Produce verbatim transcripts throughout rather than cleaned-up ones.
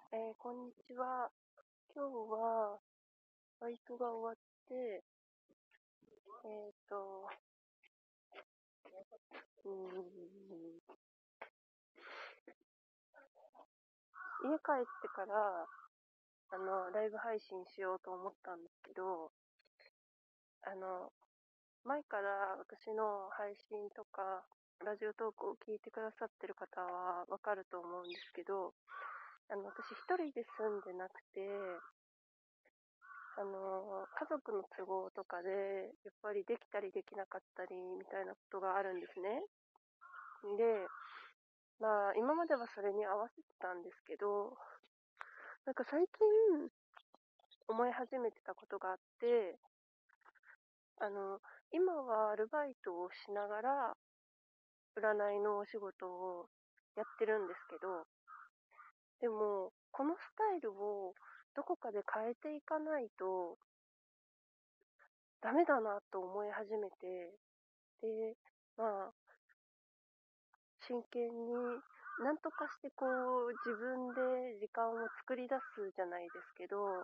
えーこんにちは。今日はバイトが終わって、えっと、うーん、家帰ってから、あの、ライブ配信しようと思ったんですけど、あの、前から私の配信とか、ラジオトークを聞いてくださってる方はわかると思うんですけど、あの、私一人で住んでなくて、あの、家族の都合とかで、やっぱりできたりできなかったりみたいなことがあるんですね。で、まあ、今まではそれに合わせてたんですけど、なんか最近思い始めてたことがあって、あの、今はアルバイトをしながら占いのお仕事をやってるんですけど、でも、このスタイルをどこかで変えていかないとダメだなと思い始めて、で、まあ、真剣になんとかしてこう自分で時間を作り出すじゃないですけど、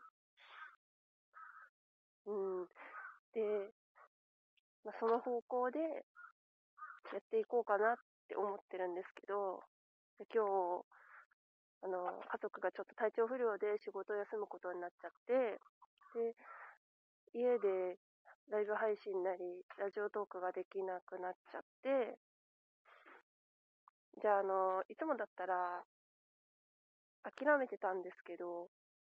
うん。で、まあ、その方向でやっていこうかなって思ってるんですけど、で今日、あの、家族がちょっと体調不良で仕事を休むことになっちゃって、で、家でライブ配信なり、ラジオトークができなくなっちゃって、じゃあ、あの、いつもだったら諦めてたんですけど、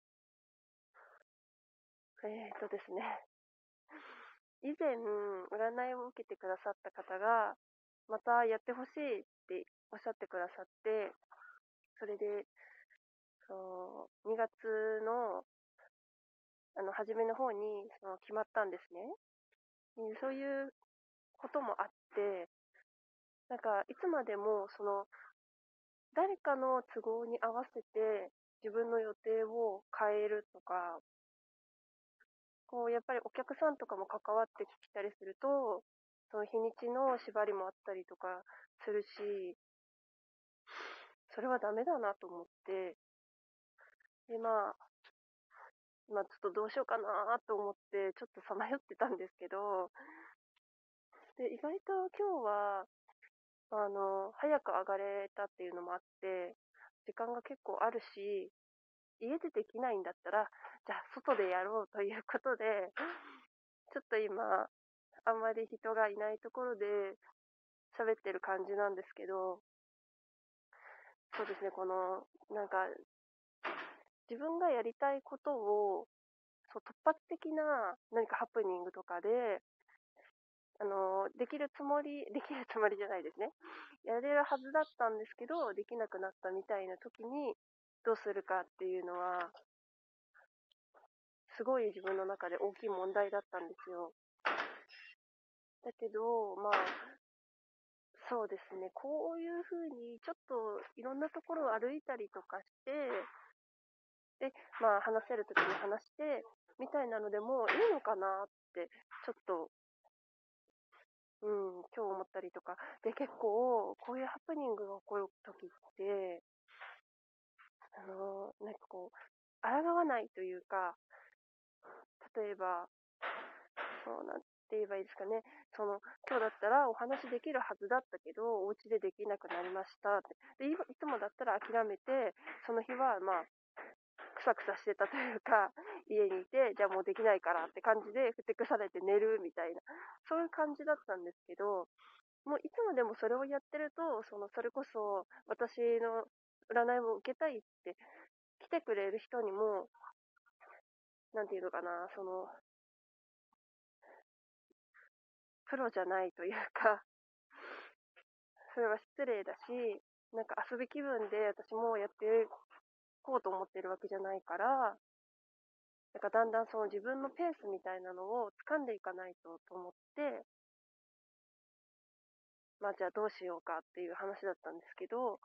えーとですね、以前、占いを受けてくださった方が、またやってほしいっておっしゃってくださって、それで、そう、にがつの、あの、初めの方に、その、決まったんですね。でそういうこともあって、なんか、いつまでも、その、誰かの都合に合わせて、自分の予定を変えるとか、こう、やっぱりお客さんとかも関わってきたりすると、その日にちの縛りもあったりとかするし、それはダメだなと思って、で、まあ、まあ、ちょっとどうしようかなと思って、ちょっとさまよってたんですけど、で、意外と今日は、あの、早く上がれたっていうのもあって、時間が結構あるし、家でできないんだったら、じゃあ外でやろうということで、ちょっと今、あんまり人がいないところで喋ってる感じなんですけど、そうですね、この、なんか、自分がやりたいことを、そう、突発的な何かハプニングとかで、あの、できるつもり、できるつもりじゃないですね。やれるはずだったんですけど、できなくなったみたいな時に、どうするかっていうのは、すごい自分の中で大きい問題だったんですよ。だけど、まあ、そうですね、こういうふうに、ちょっといろんなところを歩いたりとかして、で、まあ、話せる時に話して、みたいなのでもいいのかなって、ちょっと、うん、今日思ったりとか。で、結構、こういうハプニングが起こる時って、あの、なんかこう、抗わないというか、例えば、そうなんて言えばいいですかね。その、今日だったらお話できるはずだったけど、お家でできなくなりましたって。で、いいつもだったら諦めて、その日は、まあ、くさくさしてたというか、家にいて、じゃあもうできないからって感じで、ふてくされて寝るみたいな、そういう感じだったんですけど、もういつまでもそれをやってると、その、それこそ、私の占いを受けたいって来てくれる人にも、なんていうのかな、その、プロじゃないというか、それは失礼だし、なんか遊び気分で私もやっていこうと思ってるわけじゃないから、なんかだんだんその自分のペースみたいなのを掴んでいかないとと思って、まあじゃあどうしようかっていう話だったんですけど、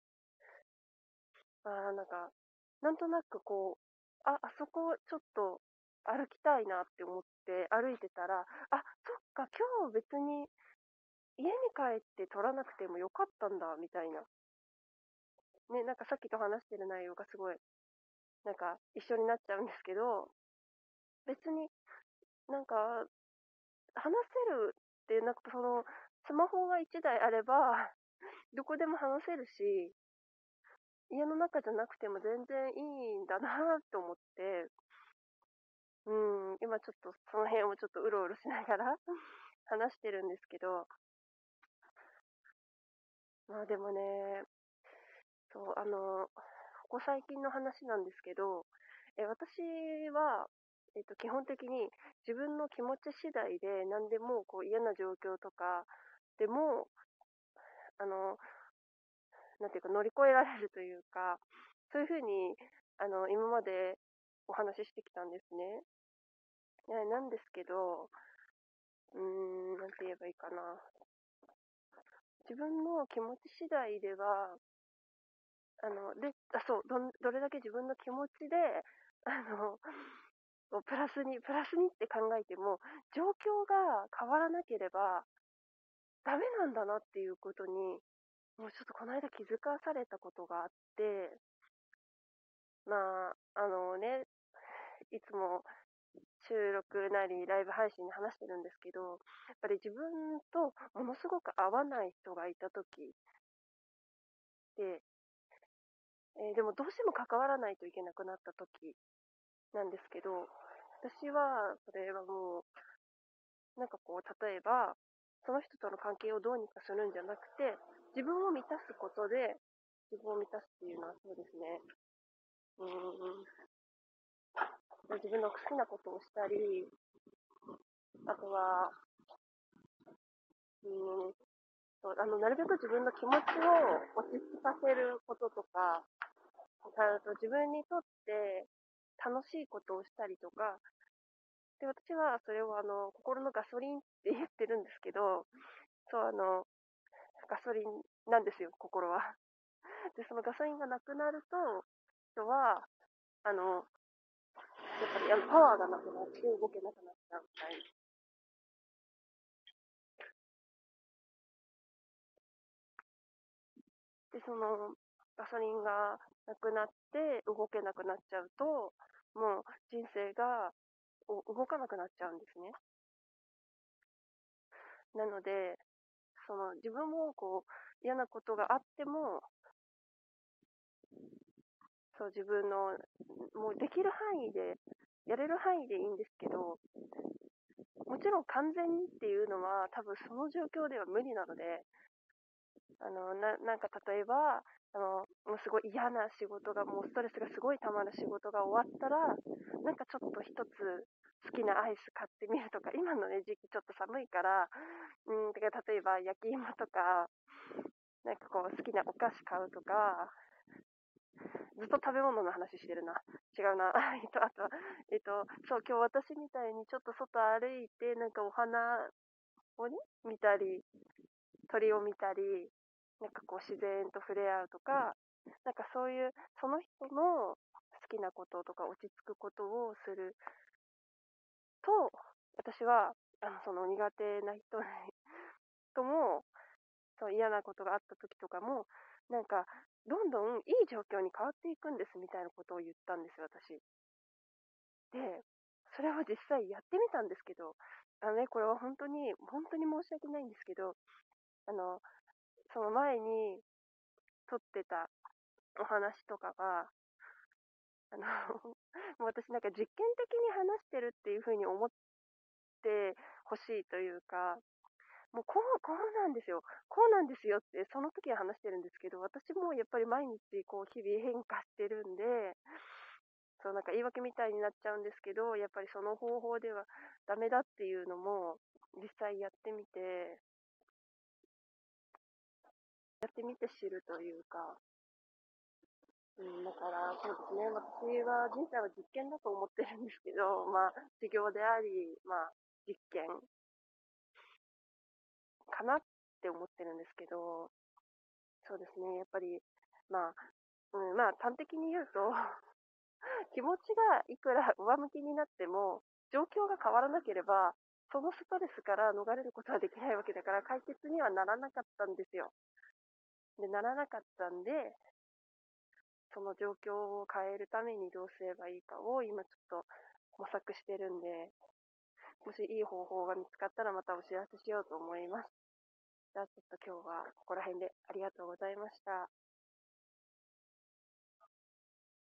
あーなんか、なんとなくこう、あ、あそこちょっと歩きたいなって思って歩いてたら、あ、そっか、今日別に家に帰って撮らなくてもよかったんだ、みたいな。ね、なんかさっきと話してる内容がすごいなんか一緒になっちゃうんですけど、別になんか話せるって、なんかその、スマホがいちだいあれば、どこでも話せるし、家の中じゃなくても全然いいんだなと思って、うん、今ちょっとその辺をちょっとうろうろしながら話してるんですけど、まあでもね、そう、あの、ここ最近の話なんですけど、え、私は、えっと、基本的に自分の気持ち次第で何でもこう嫌な状況とかでも、あの、なんていうか乗り越えられるというか、そういうふうに、あの、今までお話ししてきたんですね。ねなんですけど、うーん、なんて言えばいいかな。自分の気持ち次第では、あの、で、あ、そう、どん、どれだけ自分の気持ちで、あの、こうプラスに、プラスにって考えても、状況が変わらなければダメなんだなっていうことに、もうちょっとこの間気づかされたことがあって、まあ、あのね、いつも収録なりライブ配信で話してるんですけど、やっぱり自分とものすごく合わない人がいたときで、えーでもどうしても関わらないといけなくなったときなんですけど、私はそれはもう、なんかこう、例えば、その人との関係をどうにかするんじゃなくて、自分を満たすことで、自分を満たすっていうのはそうですね、うーん、自分の好きなことをしたり、あとは、うーん、そうあの、なるべく自分の気持ちを落ち着かせることとか、あと自分にとって楽しいことをしたりとか、で、私はそれをあの、心のガソリンって言ってるんですけど、そう、あの、ガソリンなんですよ、心は。で、そのガソリンがなくなると、人は、あの、やっぱりあのパワーがなくなって動けなくなっちゃうみたいな。で、その、ガソリンがなくなって動けなくなっちゃうと、もう人生がお動かなくなっちゃうんですね。なので、その自分もこう嫌なことがあっても、そう自分のもうできる範囲で、やれる範囲でいいんですけど、もちろん完全にっていうのは多分その状況では無理なので、あの、な、なんか例えば、あの、もうすごい嫌な仕事が、もうストレスがすごい溜まる仕事が終わったら、なんかちょっと一つ好きなアイス買ってみるとか、今のね、時期ちょっと寒いから、うん、てか例えば焼き芋とか、なんかこう好きなお菓子買うとか、ずっと食べ物の話してるな。違うな。えっと、あとは、えっと、そう、今日私みたいにちょっと外歩いて、なんかお花をね、見たり、鳥を見たり、なんかこう自然と触れ合うとか、なんかそういう、その人の好きなこととか落ち着くことをすると、私は、あの、その苦手な人とも、そう嫌なことがあった時とかも、なんか、どんどんいい状況に変わっていくんですみたいなことを言ったんですよ、私。で、それを実際やってみたんですけど、あのね、これは本当に、本当に申し訳ないんですけど、あの、その前に撮ってたお話とかが、あの、もう私なんか実験的に話してるっていう風に思ってほしいというか、もうこう、こうなんですよ。こうなんですよって、その時は話してるんですけど、私もやっぱり毎日こう日々変化してるんで、そうなんか言い訳みたいになっちゃうんですけど、やっぱりその方法ではダメだっていうのも実際やってみて、やってみて知るというか、うん、だからそうですね、私は人生は実験だと思ってるんですけど、まあ授業であり、まあ実験かなって思ってるんですけど、そうですね、やっぱり、まあ、うん、まあ端的に言うと、気持ちがいくら上向きになっても、状況が変わらなければ、そのストレスから逃れることはできないわけだから、解決にはならなかったんですよ。で、ならなかったんで、 その状況を変えるためにどうすればいいかを今ちょっと模索してるんで、もしいい方法が見つかったらまたお知らせしようと思います。じゃあちょっと今日はここら辺でありがとうございました。